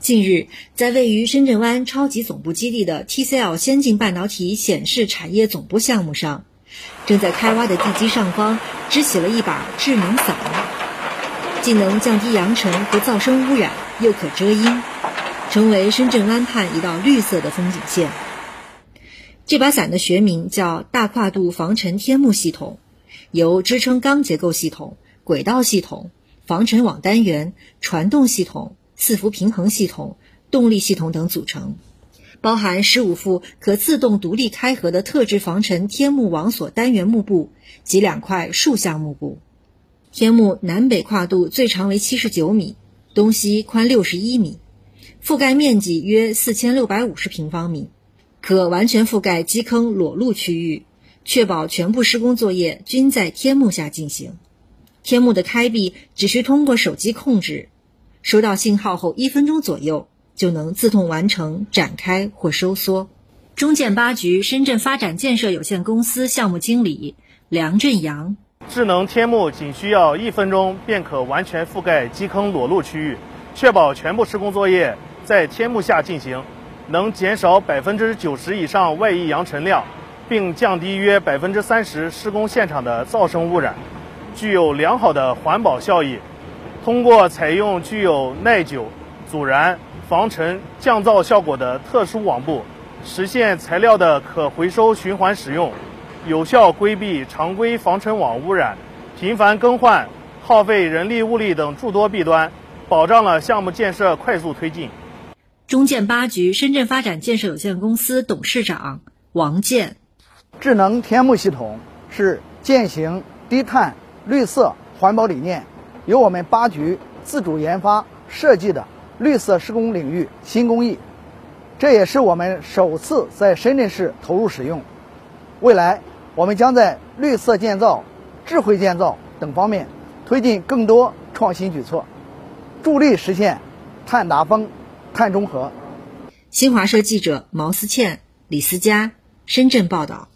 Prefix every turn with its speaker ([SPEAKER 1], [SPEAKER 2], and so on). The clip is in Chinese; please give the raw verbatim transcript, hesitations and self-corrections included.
[SPEAKER 1] 近日，在位于深圳湾超级总部基地的 T C L 先进半导体显示产业总部项目上，正在开挖的地基上方支起了一把智能伞，既能降低扬尘和噪声污染，又可遮阴，成为深圳湾畔一道绿色的风景线。这把伞的学名叫大跨度防尘天幕系统，由支撑钢结构系统、轨道系统、防尘网单元、传动系统、四幅平衡系统、动力系统等组成，包含十五副可自动独立开合的特制防尘天幕网锁单元幕布及两块竖向幕布。天幕南北跨度最长为七十九米，东西宽六十一米，覆盖面积约四千六百五十平方米，可完全覆盖基坑裸露区域，确保全部施工作业均在天幕下进行。天幕的开闭只需通过手机控制，收到信号后一分钟左右就能自动完成展开或收缩。中建八局深圳发展建设有限公司项目经理梁振阳：
[SPEAKER 2] 智能天幕仅需要一分钟便可完全覆盖基坑裸露区域，确保全部施工作业在天幕下进行，能减少百分之九十以上外溢扬尘量，并降低约百分之三十施工现场的噪声污染，具有良好的环保效益。通过采用具有耐久、阻燃、防尘、降噪效果的特殊网布，实现材料的可回收循环使用，有效规避常规防尘网污染、频繁更换、耗费人力物力等诸多弊端，保障了项目建设快速推进。
[SPEAKER 1] 中建八局深圳发展建设有限公司董事长王健：
[SPEAKER 3] 智能天幕系统是践行低碳、绿色、环保理念，由我们八局自主研发设计的绿色施工领域新工艺，这也是我们首次在深圳市投入使用。未来我们将在绿色建造、智慧建造等方面推进更多创新举措，助力实现碳达峰、碳中和。
[SPEAKER 1] 新华社记者毛思倩、李思佳，深圳报道。